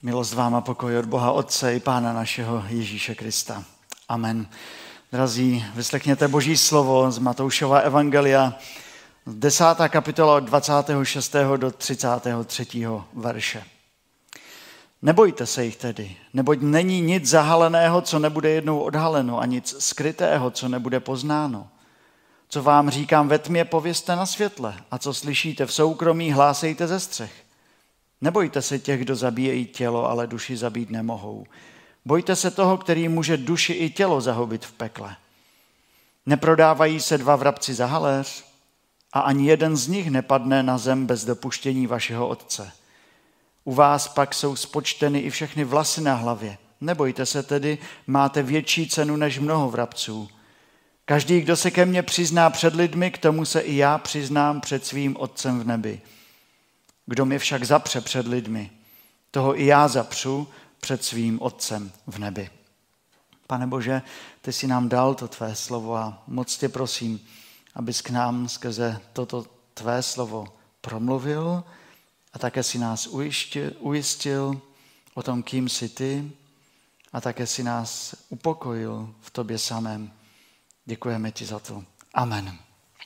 Milost vám a pokoj od Boha Otce i Pána našeho Ježíše Krista. Amen. Drazí, vyslechněte Boží slovo z Matoušova evangelia, 10. kapitola od 26. do 33. verše. Nebojte se jich tedy, neboť není nic zahaleného, co nebude jednou odhaleno, a nic skrytého, co nebude poznáno. Co vám říkám ve tmě, povězte na světle, a co slyšíte v soukromí, hlásejte ze střech. Nebojte se těch, kdo zabíjejí tělo, ale duši zabít nemohou. Bojte se toho, který může duši i tělo zahubit v pekle. Neprodávají se 2 vrabci za haléř a ani jeden z nich nepadne na zem bez dopuštění vašeho Otce. U vás pak jsou spočteny i všechny vlasy na hlavě. Nebojte se tedy, máte větší cenu než mnoho vrabců. Každý, kdo se ke mně přizná před lidmi, k tomu se i já přiznám před svým Otcem v nebi. Kdo mě však zapře před lidmi, toho i já zapřu před svým Otcem v nebi. Pane Bože, ty jsi nám dal to tvé slovo a moc tě prosím, abys k nám skrze toto tvé slovo promluvil a také si nás ujistil o tom, kým jsi ty, a také si nás upokojil v tobě samém. Děkujeme ti za to. Amen.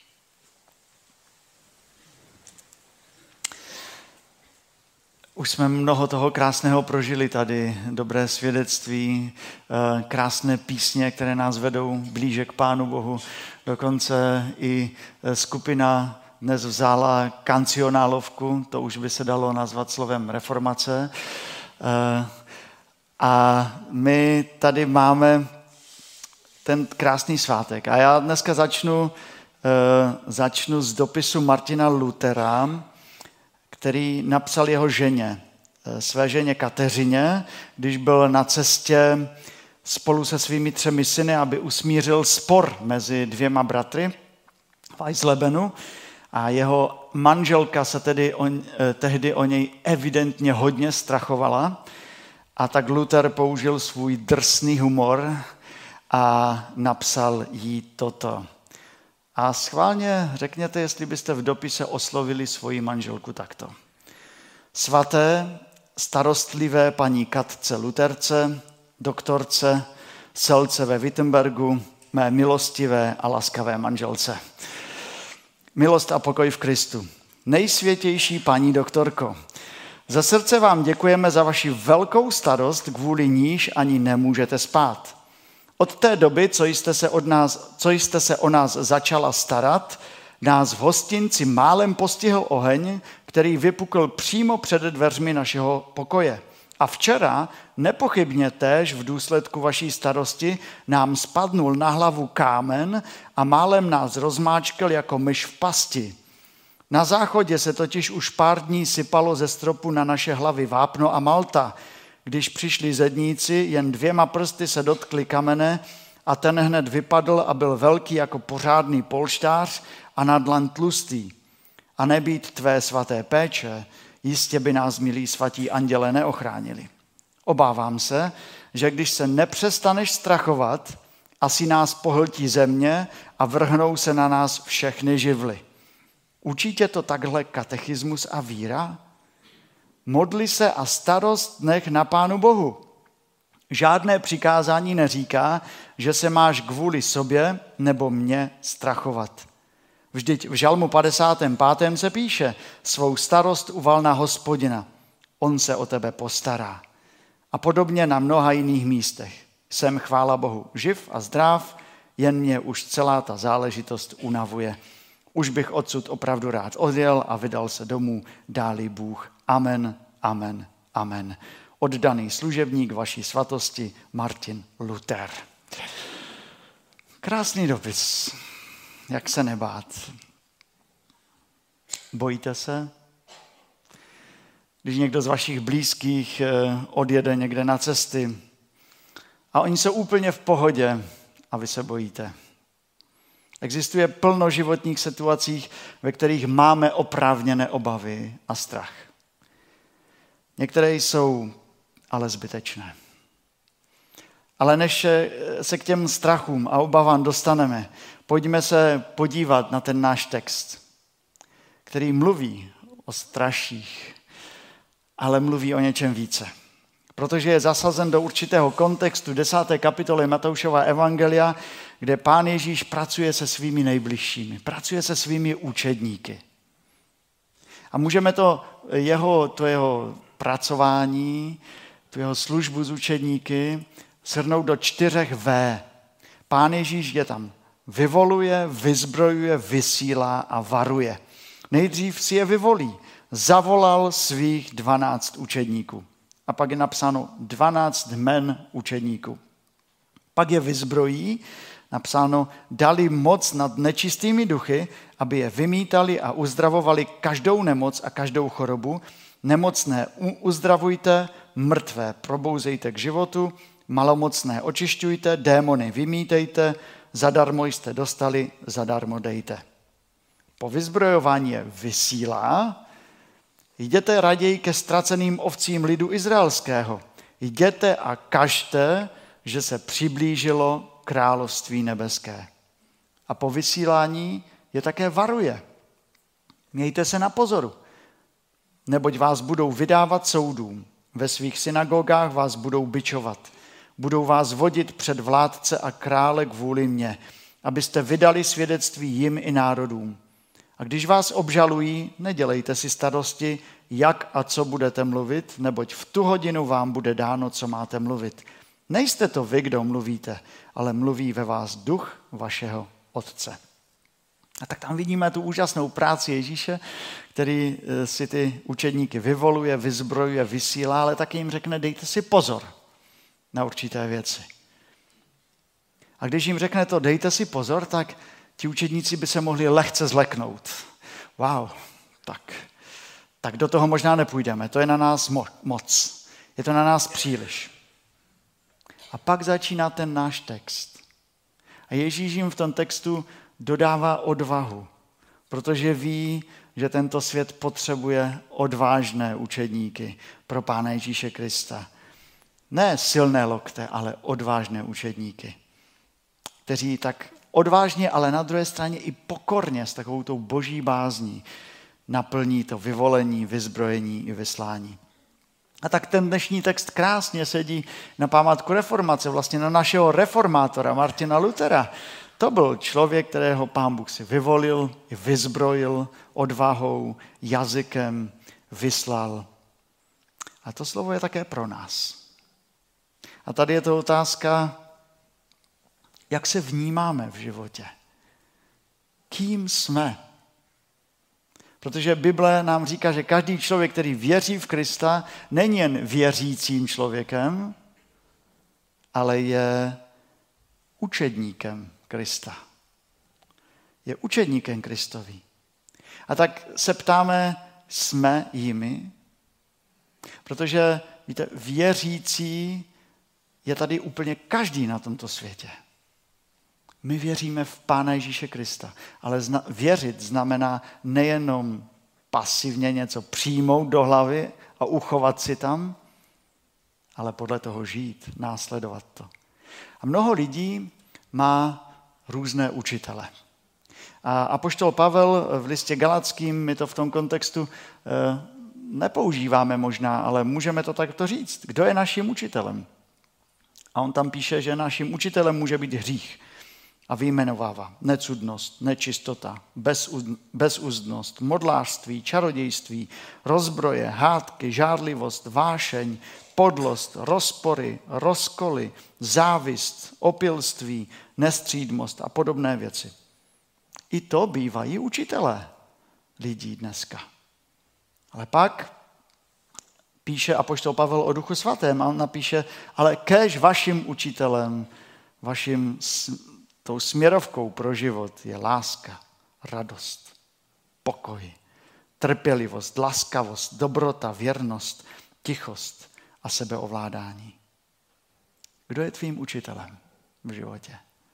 Už jsme mnoho toho krásného prožili tady, dobré svědectví, krásné písně, které nás vedou blíže k Pánu Bohu. Dokonce i skupina dnes vzala kancionálovku, to už by se dalo nazvat slovem reformace. A my tady máme ten krásný svátek. A já dneska začnu z dopisu Martina Luthera, který napsal jeho ženě, své ženě Kateřině, když byl na cestě spolu se svými 3 syny, aby usmířil spor mezi 2 bratry v Eislebenu. A jeho manželka se tehdy o něj evidentně hodně strachovala. A tak Luther použil svůj drsný humor a napsal jí toto. A schválně řekněte, jestli byste v dopise oslovili svoji manželku takto. Svaté, starostlivé paní Katce Lutherce, doktorce, selce ve Wittenbergu, mé milostivé a laskavé manželce. Milost a pokoj v Kristu. Nejsvětější paní doktorko, ze srdce vám děkujeme za vaši velkou starost, kvůli níž ani nemůžete spát. Od té doby, co jste se o nás začala starat, nás v hostinci málem postihl oheň, který vypukl přímo před dveřmi našeho pokoje. A včera, nepochybně též v důsledku vaší starosti, nám spadnul na hlavu kámen a málem nás rozmáčkl jako myš v pasti. Na záchodě se totiž už pár dní sypalo ze stropu na naše hlavy vápno a malta. Když přišli zedníci, jen 2 prsty se dotkli kamene a ten hned vypadl a byl velký jako pořádný polštář a na dlan tlustý. A nebýt tvé svaté péče, jistě by nás, milí svatí anděle, neochránili. Obávám se, že když se nepřestaneš strachovat, asi nás pohltí země a vrhnou se na nás všechny živly. Učí tě to takhle katechismus a víra? Modli se a starost nech na Pánu Bohu. Žádné přikázání neříká, že se máš kvůli sobě nebo mně strachovat. Vždyť v Žalmu 55. se píše, svou starost uval na Hospodina. On se o tebe postará. A podobně na mnoha jiných místech. Jsem, chvála Bohu, živ a zdrav, jen mě už celá ta záležitost unavuje. Už bych odsud opravdu rád odjel a vydal se domů, dá-li Bůh. Amen, amen, amen. Oddaný služebník vaší svatosti Martin Luther. Krásný dopis. Jak se nebát? Bojíte se? Když někdo z vašich blízkých odjede někde na cesty a oni jsou úplně v pohodě a vy se bojíte. Existuje plno životních situací, ve kterých máme oprávněné obavy a strach. Některé jsou ale zbytečné. Ale než se k těm strachům a obavám dostaneme, pojďme se podívat na ten náš text, který mluví o strachích, ale mluví o něčem více. protože je zasazen do určitého kontextu 10. kapitoly Matoušova evangelia, kde Pán Ježíš pracuje se svými nejbližšími, pracuje se svými učedníky. A můžeme to jeho pracování, tu jeho službu s učedníky shrnout do 4 V. Pán Ježíš je tam vyvoluje, vyzbrojuje, vysílá a varuje. Nejdřív si je vyvolí. Zavolal svých 12 učedníků. A pak je napsáno 12 jmen učedníků. Pak je vyzbrojí, napsáno, dali moc nad nečistými duchy, aby je vymítali a uzdravovali každou nemoc a každou chorobu. Nemocné uzdravujte, mrtvé probouzejte k životu, malomocné očišťujte, démony vymítejte, zadarmo jste dostali, zadarmo dejte. Po vyzbrojování je vysílá, jděte raději ke ztraceným ovcím lidu izraelského. Jděte a kažte, že se přiblížilo království nebeské. A po vysílání je také varuje. Mějte se na pozoru, neboť vás budou vydávat soudům. Ve svých synagogách vás budou bičovat. Budou vás vodit před vládce a krále kvůli mně, abyste vydali svědectví jim i národům. A když vás obžalují, nedělejte si starosti, jak a co budete mluvit, neboť v tu hodinu vám bude dáno, co máte mluvit. Nejste to vy, kdo mluvíte, ale mluví ve vás duch vašeho Otce. A tak tam vidíme tu úžasnou práci Ježíše, který si ty učedníky vyvoluje, vyzbrojuje, vysílá, ale taky jim řekne, dejte si pozor na určité věci. A když jim řekne to, dejte si pozor, tak ti učedníci by se mohli lehce zleknout. Wow, tak do toho možná nepůjdeme, to je na nás moc, je to na nás příliš. A pak začíná ten náš text. A Ježíš jim v tom textu dodává odvahu, protože ví, že tento svět potřebuje odvážné učedníky pro Pána Ježíše Krista. Ne silné lokte, ale odvážné učedníky, kteří tak odvážně, ale na druhé straně i pokorně s takovou tou boží bázní naplní to vyvolení, vyzbrojení i vyslání. A tak ten dnešní text krásně sedí na památku reformace, vlastně na našeho reformátora Martina Luthera. To byl člověk, kterého Pán Bůh si vyvolil, i vyzbrojil odvahou, jazykem, vyslal. A to slovo je také pro nás. A tady je to otázka, jak se vnímáme v životě. Kým jsme? Protože Bible nám říká, že každý člověk, který věří v Krista, není jen věřícím člověkem, ale je učedníkem Krista. Je učedníkem Kristovi. A tak se ptáme, jsme jimi? Protože, víte, věřící je tady úplně každý na tomto světě. My věříme v Pána Ježíše Krista, ale věřit znamená nejenom pasivně něco přijmout do hlavy a uchovat si tam, ale podle toho žít, následovat to. A mnoho lidí má různé učitele. A apoštol Pavel v listě Galackým, my to v tom kontextu nepoužíváme možná, ale můžeme to takto říct. Kdo je naším učitelem? A on tam píše, že naším učitelem může být hřích. A vyjmenovává necudnost, nečistota, bezúzdnost, modlářství, čarodějství, rozbroje, hádky, žárlivost, vášeň, podlost, rozpory, rozkoly, závist, opilství, nestřídmost a podobné věci. I to bývají učitelé lidí dneska. Ale pak píše apoštol Pavel o Duchu svatém a on napíše, ale kéž vaším učitelem, tou směrovkou pro život je láska, radost, pokoj, trpělivost, laskavost, dobrota, věrnost, tichost a sebeovládání. Kdo je tvým učitelem v životě?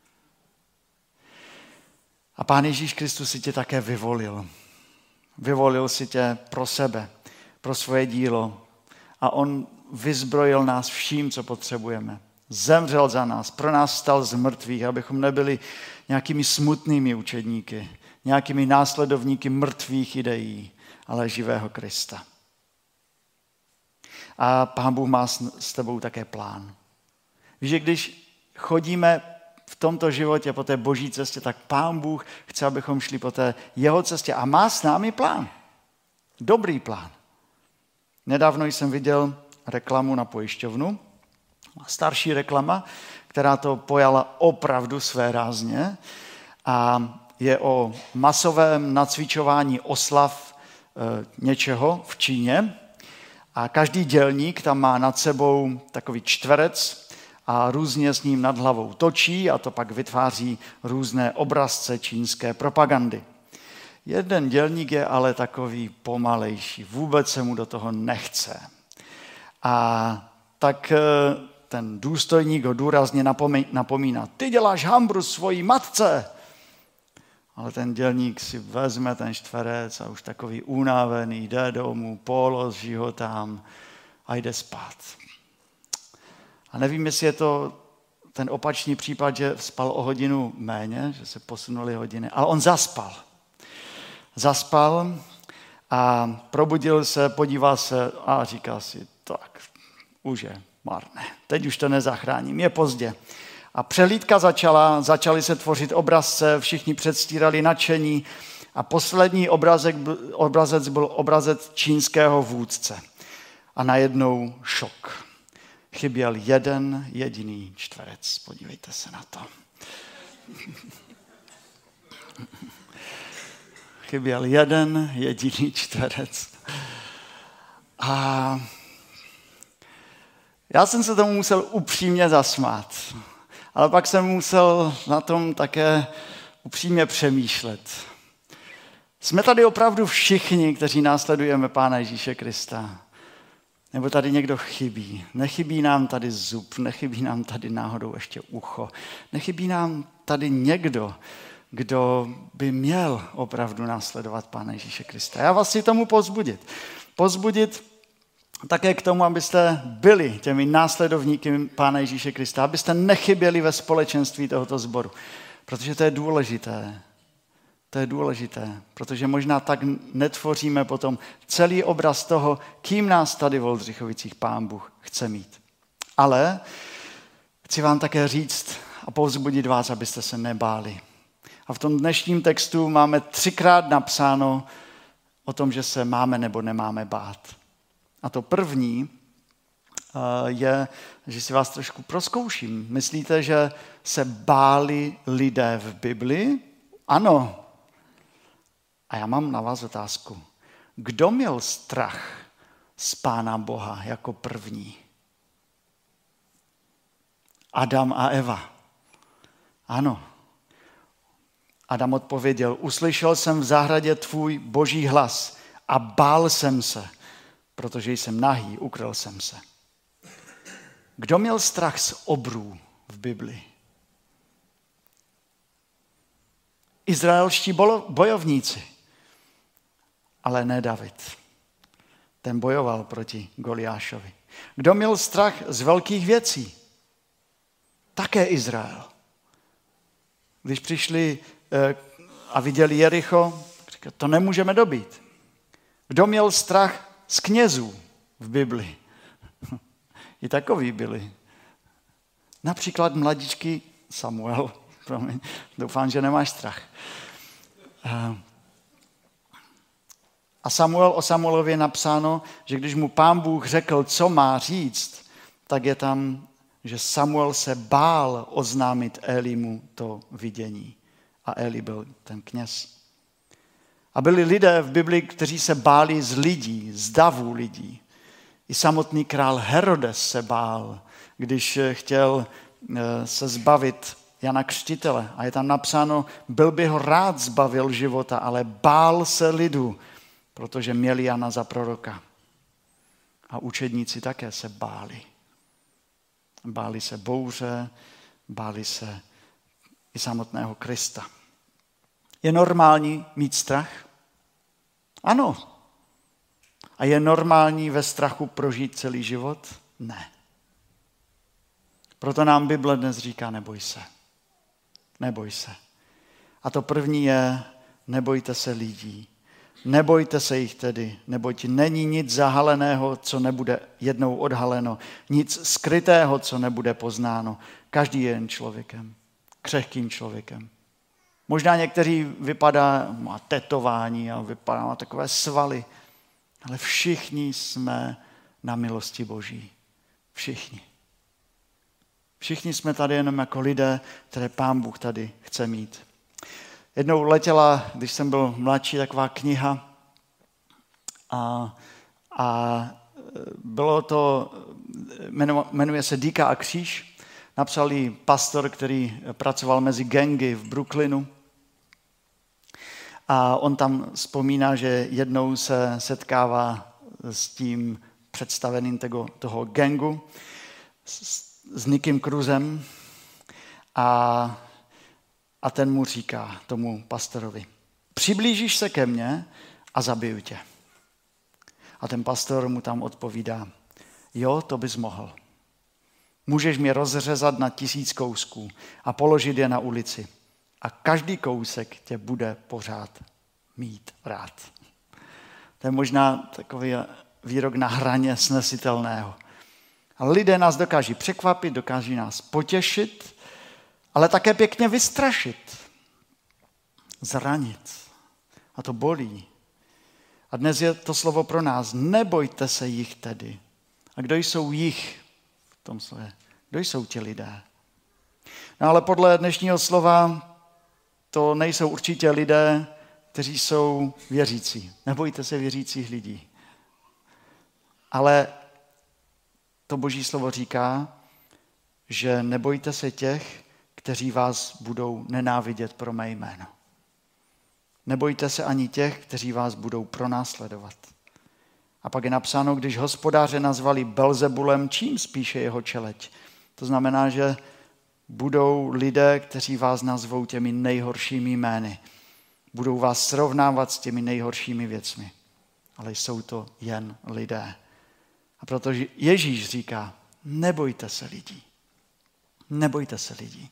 A Pán Ježíš Kristus si tě také vyvolil. Vyvolil si tě pro sebe, pro svoje dílo a on vyzbrojil nás vším, co potřebujeme. Zemřel za nás, pro nás stal z mrtvých, abychom nebyli nějakými smutnými učedníky, nějakými následovníky mrtvých ideí, ale živého Krista. a Pán Bůh má s tebou také plán. Víš, že když chodíme v tomto životě po té boží cestě, tak Pán Bůh chce, abychom šli po té jeho cestě a má s námi plán. Dobrý plán. Nedávno jsem viděl reklamu na pojišťovnu, starší reklama, která to pojala opravdu svérázně a je o masovém nacvičování oslav něčeho v Číně a každý dělník tam má nad sebou takový čtverec a různě s ním nad hlavou točí a to pak vytváří různé obrazce čínské propagandy. Jeden dělník je ale takový pomalejší, vůbec se mu do toho nechce. A tak ten důstojník ho důrazně napomíná, ty děláš hambru svojí matce. Ale ten dělník si vezme ten čtverec a už takový unavený, jde domů, položí ho tam a jde spát. A nevím, jestli je to ten opačný případ, že spal o hodinu méně, že se posunuly hodiny, ale on zaspal. Zaspal a probudil se, podíval se a říká si, tak, už je marné, teď už to nezachráním, je pozdě. A přehlídka začaly se tvořit obrazce, všichni předstírali nadšení a poslední obrazec byl obrazec čínského vůdce. A najednou šok. Chyběl jeden jediný čtverec. Podívejte se na to. Chyběl jeden jediný čtverec. A já jsem se tomu musel upřímně zasmát. Ale pak jsem musel na tom také upřímně přemýšlet. Jsme tady opravdu všichni, kteří následujeme Pána Ježíše Krista. Nebo tady někdo chybí. Nechybí nám tady zub, nechybí nám tady náhodou ještě ucho. Nechybí nám tady někdo, kdo by měl opravdu následovat Pána Ježíše Krista. Já vás chci tomu povzbudit. Povzbudit také k tomu, abyste byli těmi následovníky Pána Ježíše Krista, abyste nechyběli ve společenství tohoto sboru. Protože to je důležité. To je důležité, protože možná tak netvoříme potom celý obraz toho, kým nás tady v Oldřichovicích Pán Bůh chce mít. Ale chci vám také říct a povzbudit vás, abyste se nebáli. A v tom dnešním textu máme 3krát napsáno o tom, že se máme nebo nemáme bát. A to první je, že si vás trošku prozkouším. Myslíte, že se báli lidé v Bibli? Ano. A já mám na vás otázku. Kdo měl strach z Pána Boha jako první? Adam a Eva. Ano. Adam odpověděl, uslyšel jsem v zahradě tvůj boží hlas a bál jsem se, protože jsem nahý, ukryl jsem se. Kdo měl strach z obrů v Bibli? Izraelští bojovníci, ale ne David. Ten bojoval proti Goliášovi. Kdo měl strach z velkých věcí? Také Izrael. Když přišli a viděli Jericho, říkali, to nemůžeme dobít. Kdo měl strach z knězů v Bibli? I takoví byli. Například mladíčky Samuel. Promiň, doufám, že nemáš strach. A o Samuelovi je napsáno, že když mu Pán Bůh řekl, co má říct, tak je tam, že Samuel se bál oznámit Elimu to vidění. A Eli byl ten kněz. A byli lidé v Bibli, kteří se báli z lidí, z davů lidí. I samotný král Herodes se bál, když chtěl se zbavit Jana Křtitele. A je tam napsáno, byl by ho rád zbavil života, ale bál se lidu, protože měli Jana za proroka. A učedníci také se báli. Báli se bouře, báli se i samotného Krista. Je normální mít strach? Ano. A je normální ve strachu prožít celý život? Ne. Proto nám Bible dnes říká, neboj se. Neboj se. A to první je, nebojte se lidí. Nebojte se jich tedy, neboť není nic zahaleného, co nebude jednou odhaleno, nic skrytého, co nebude poznáno. Každý je jen člověkem, křehkým člověkem. Možná někteří má tetování a má takové svaly, ale všichni jsme na milosti Boží. Všichni. Všichni jsme tady jenom jako lidé, které Pán Bůh tady chce mít. Jednou letěla, když jsem byl mladší, taková kniha a bylo to, jmenuje se Dýka a kříž. Napsal ji pastor, který pracoval mezi gangy v Brooklynu. A on tam vzpomíná, že jednou se setkává s tím představeným toho gangu, s Nickem Cruzem a ten mu říká, tomu pastorovi, přiblížíš se ke mně a zabiju tě. A ten pastor mu tam odpovídá, jo, to bys mohl. Můžeš mě rozřezat na 1000 kousků a položit je na ulici. A každý kousek tě bude pořád mít rád. To je možná takový výrok na hraně snesitelného. A lidé nás dokáží překvapit, dokáží nás potěšit, ale také pěkně vystrašit, zranit. A to bolí. A dnes je to slovo pro nás. Nebojte se jich tedy. A kdo jsou jich v tom slově? Kdo jsou ti lidé? No ale podle dnešního slova to nejsou určitě lidé, kteří jsou věřící. Nebojte se věřících lidí. Ale to Boží slovo říká, že nebojte se těch, kteří vás budou nenávidět pro mé jméno. Nebojte se ani těch, kteří vás budou pronásledovat. A pak je napsáno, když hospodáře nazvali Belzebulem, čím spíše jeho čeleť. To znamená, že budou lidé, kteří vás nazvou těmi nejhoršími jmény. Budou vás srovnávat s těmi nejhoršími věcmi. Ale jsou to jen lidé. A protože Ježíš říká, nebojte se lidí. Nebojte se lidí.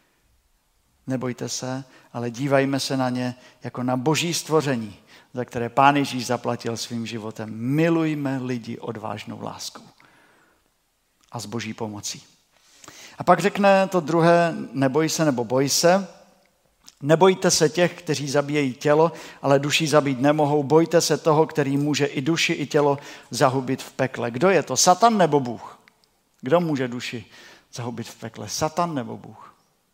Nebojte se, ale dívejme se na ně jako na boží stvoření, za které Pán Ježíš zaplatil svým životem. Milujme lidi odvážnou láskou a s boží pomocí. A pak řekne to druhé, neboj se nebo boj se. Nebojte se těch, kteří zabíjejí tělo, ale duši zabít nemohou. Bojte se toho, který může i duši, i tělo zahubit v pekle. Kdo je to? Satan nebo Bůh? Kdo může duši zahubit v pekle? Satan nebo Bůh?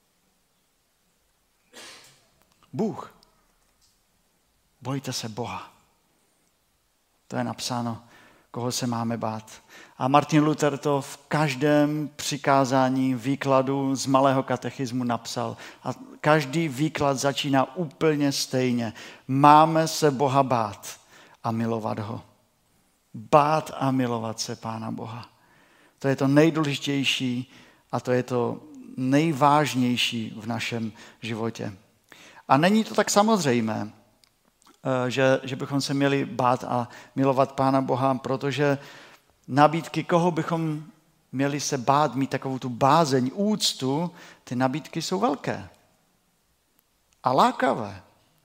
Bůh. Bojte se Boha. To je napsáno, koho se máme bát. A Martin Luther to v každém přikázání výkladu z Malého katechismu napsal. A každý výklad začíná úplně stejně. Máme se Boha bát a milovat ho. Bát a milovat se Pána Boha. To je to nejdůležitější a to je to nejvážnější v našem životě. A není to tak samozřejmé, že bychom se měli bát a milovat Pána Boha, protože nabídky, koho bychom měli se bát, mít takovou tu bázeň, úctu, ty nabídky jsou velké a lákavé.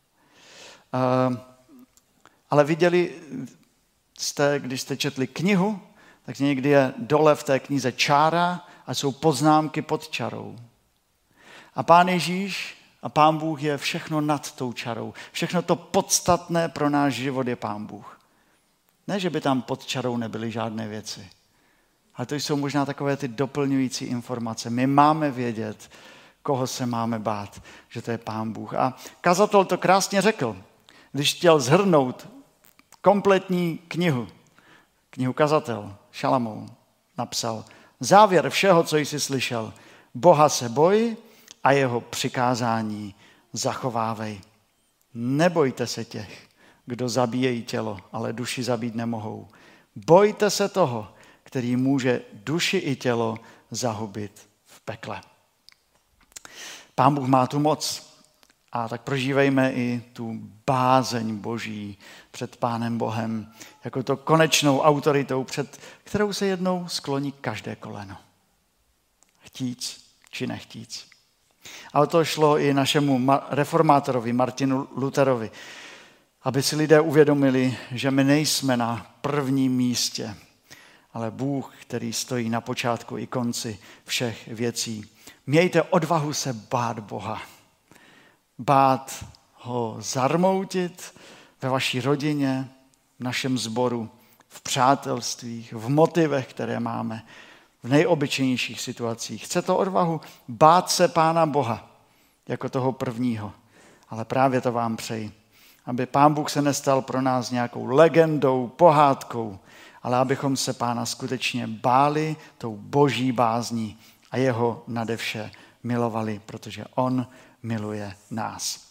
Ale viděli jste, když jste četli knihu, tak někdy je dole v té knize čára a jsou poznámky pod čarou. A Pán Ježíš a Pán Bůh je všechno nad tou čarou. Všechno to podstatné pro náš život je Pán Bůh. Ne, že by tam pod čarou nebyly žádné věci. Ale to jsou možná takové ty doplňující informace. My máme vědět, koho se máme bát, že to je Pán Bůh. A kazatel to krásně řekl, když chtěl shrnout kompletní knihu kazatel, Šalamoun, napsal závěr všeho, co jsi slyšel. Boha se boj a jeho přikázání zachovávej. Nebojte se těch, kdo zabíjejí tělo, ale duši zabít nemohou. Bojte se toho, který může duši i tělo zahubit v pekle. Pán Bůh má tu moc a tak prožívejme i tu bázeň Boží před Pánem Bohem, jako to konečnou autoritou, před kterou se jednou skloní každé koleno. Chtíc či nechtíc. A o to šlo i našemu reformátorovi Martinu Lutherovi. aby si lidé uvědomili, že my nejsme na prvním místě, ale Bůh, který stojí na počátku i konci všech věcí. Mějte odvahu se bát Boha. Bát ho zarmoutit ve vaší rodině, v našem sboru, v přátelstvích, v motivech, které máme, v nejobyčejnějších situacích. Chce to odvahu bát se Pána Boha jako toho prvního. Ale právě to vám přeji. Aby Pán Bůh se nestal pro nás nějakou legendou, pohádkou, ale abychom se Pána skutečně báli tou boží bázní a jeho nade vše milovali, protože on miluje nás.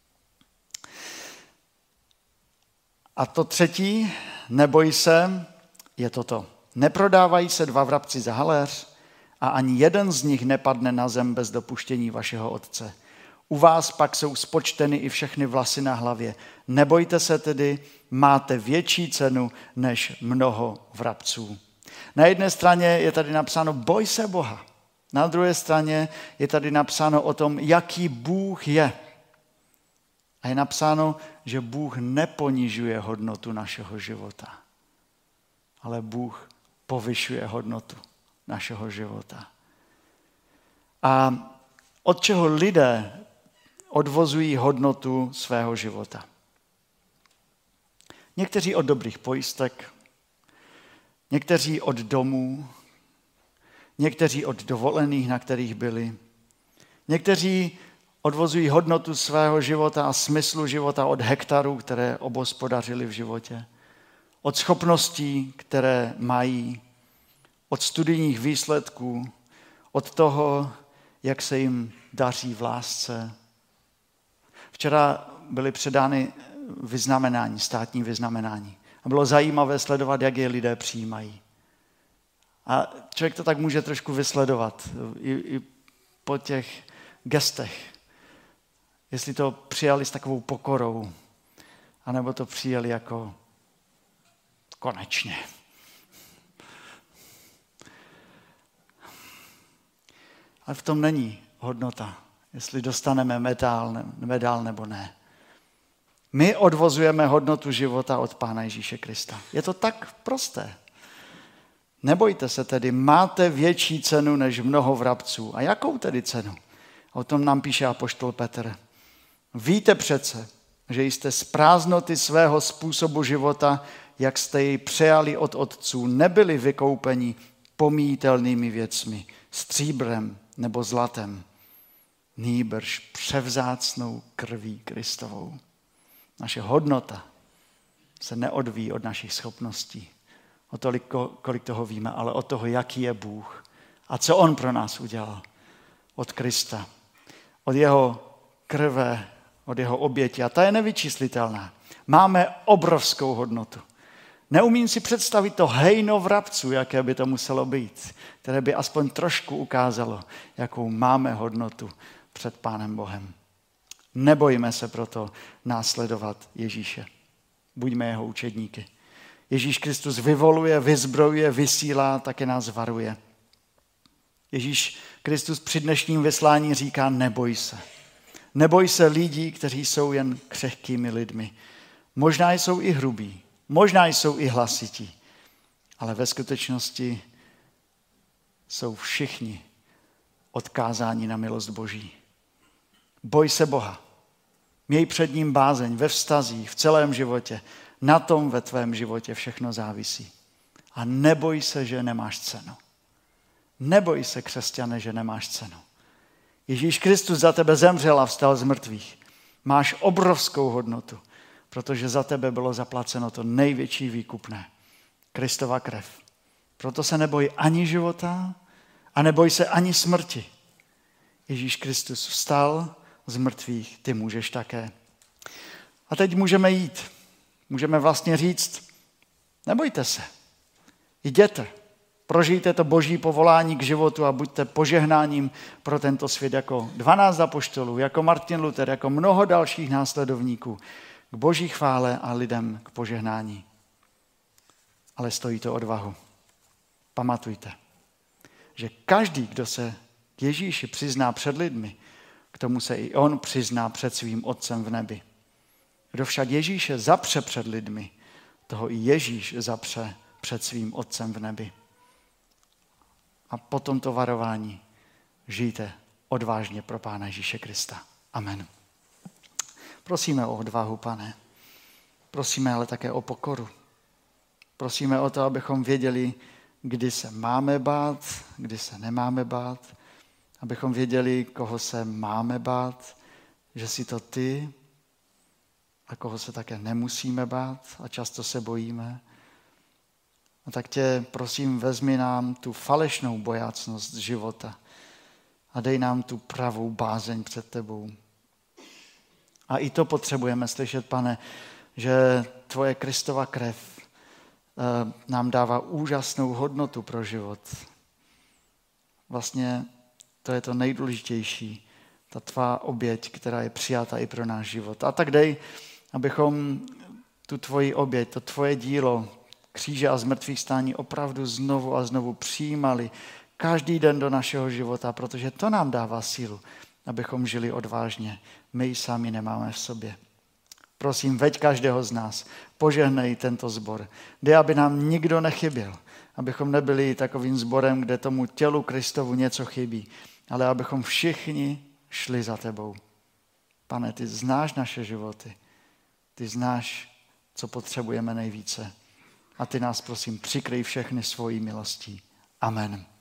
A to třetí, neboj se, je toto. Neprodávají se 2 vrabci za haléř a ani jeden z nich nepadne na zem bez dopuštění vašeho Otce. U vás pak jsou spočteny i všechny vlasy na hlavě. Nebojte se tedy, máte větší cenu než mnoho vrabců. Na jedné straně je tady napsáno boj se Boha. Na druhé straně je tady napsáno o tom, jaký Bůh je. A je napsáno, že Bůh neponižuje hodnotu našeho života, ale Bůh povyšuje hodnotu našeho života. A od čeho lidé odvozují hodnotu svého života? Někteří od dobrých pojistek, někteří od domů, někteří od dovolených, na kterých byli. Někteří odvozují hodnotu svého života a smyslu života od hektarů, které obhospodařili v životě, od schopností, které mají, od studijních výsledků, od toho, jak se jim daří v lásce. Včera byly předány vyznamenání, státní vyznamenání. A bylo zajímavé sledovat, jak je lidé přijímají. A člověk to tak může trošku vysledovat i po těch gestech. Jestli to přijali s takovou pokorou, anebo to přijali jako konečně. Ale v tom není hodnota, jestli dostaneme medál nebo ne. My odvozujeme hodnotu života od Pána Ježíše Krista. Je to tak prosté. Nebojte se tedy, máte větší cenu než mnoho vrabců. A jakou tedy cenu? O tom nám píše apoštol Petr. Víte přece, že jste z prázdnoty svého způsobu života, jak jste jej přejali od otců, nebyli vykoupeni pomíjitelnými věcmi, stříbrem nebo zlatem, nýbrž převzácnou krví Kristovou. Naše hodnota se neodvíjí od našich schopností, o tolik, kolik toho víme, ale od toho, jaký je Bůh a co on pro nás udělal. Od Krista, od jeho krve, od jeho oběti. A ta je nevyčíslitelná. Máme obrovskou hodnotu. Neumím si představit to hejno vrabců, jaké by to muselo být, které by aspoň trošku ukázalo, jakou máme hodnotu před Pánem Bohem. Nebojme se proto následovat Ježíše. Buďme jeho učedníky. Ježíš Kristus vyvoluje, vyzbrojuje, vysílá, také nás varuje. Ježíš Kristus při dnešním vyslání říká, neboj se. Neboj se lidí, kteří jsou jen křehkými lidmi. Možná jsou i hrubí, možná jsou i hlasití, ale ve skutečnosti jsou všichni odkázáni na milost Boží. Boj se Boha. Měj před ním bázeň ve vztazích, v celém životě. Na tom ve tvém životě všechno závisí. A neboj se, že nemáš cenu. Neboj se, křesťane, že nemáš cenu. Ježíš Kristus za tebe zemřel a vstal z mrtvých. Máš obrovskou hodnotu, protože za tebe bylo zaplaceno to největší výkupné. Kristova krev. Proto se neboj ani života a neboj se ani smrti. Ježíš Kristus vstal z mrtvých, ty můžeš také. A teď můžeme jít. Můžeme vlastně říct, nebojte se, jděte, prožijte to boží povolání k životu a buďte požehnáním pro tento svět jako 12 apoštolů, jako Martin Luther, jako mnoho dalších následovníků k boží chvále a lidem k požehnání. Ale stojí to odvahu. Pamatujte, že každý, kdo se k Ježíši přizná před lidmi, k tomu se i on přizná před svým Otcem v nebi. Kdo však Ježíše zapře před lidmi, toho i Ježíš zapře před svým Otcem v nebi. A po tomto varování žijte odvážně pro Pána Ježíše Krista. Amen. Prosíme o odvahu, Pane. Prosíme ale také o pokoru. Prosíme o to, abychom věděli, kdy se máme bát, kdy se nemáme bát, abychom věděli, koho se máme bát, že jsi to ty a koho se také nemusíme bát a často se bojíme. A tak tě prosím, vezmi nám tu falešnou bojácnost života a dej nám tu pravou bázeň před tebou. A i to potřebujeme slyšet, Pane, že tvoje Kristova krev nám dává úžasnou hodnotu pro život. Vlastně to je to nejdůležitější, ta tvá oběť, která je přijata i pro náš život. A tak dej, abychom tu tvoji oběť, to tvoje dílo kříže a zmrtvých stání opravdu znovu a znovu přijímali každý den do našeho života, protože to nám dává sílu, abychom žili odvážně. My ji sami nemáme v sobě. Prosím, veď každého z nás, požehnej tento sbor. Dej, aby nám nikdo nechyběl, abychom nebyli takovým sborem, kde tomu tělu Kristovu něco chybí, ale abychom všichni šli za tebou. Pane, ty znáš naše životy, ty znáš, co potřebujeme nejvíce. A ty nás, prosím, přikryj všechny svojí milostí. Amen.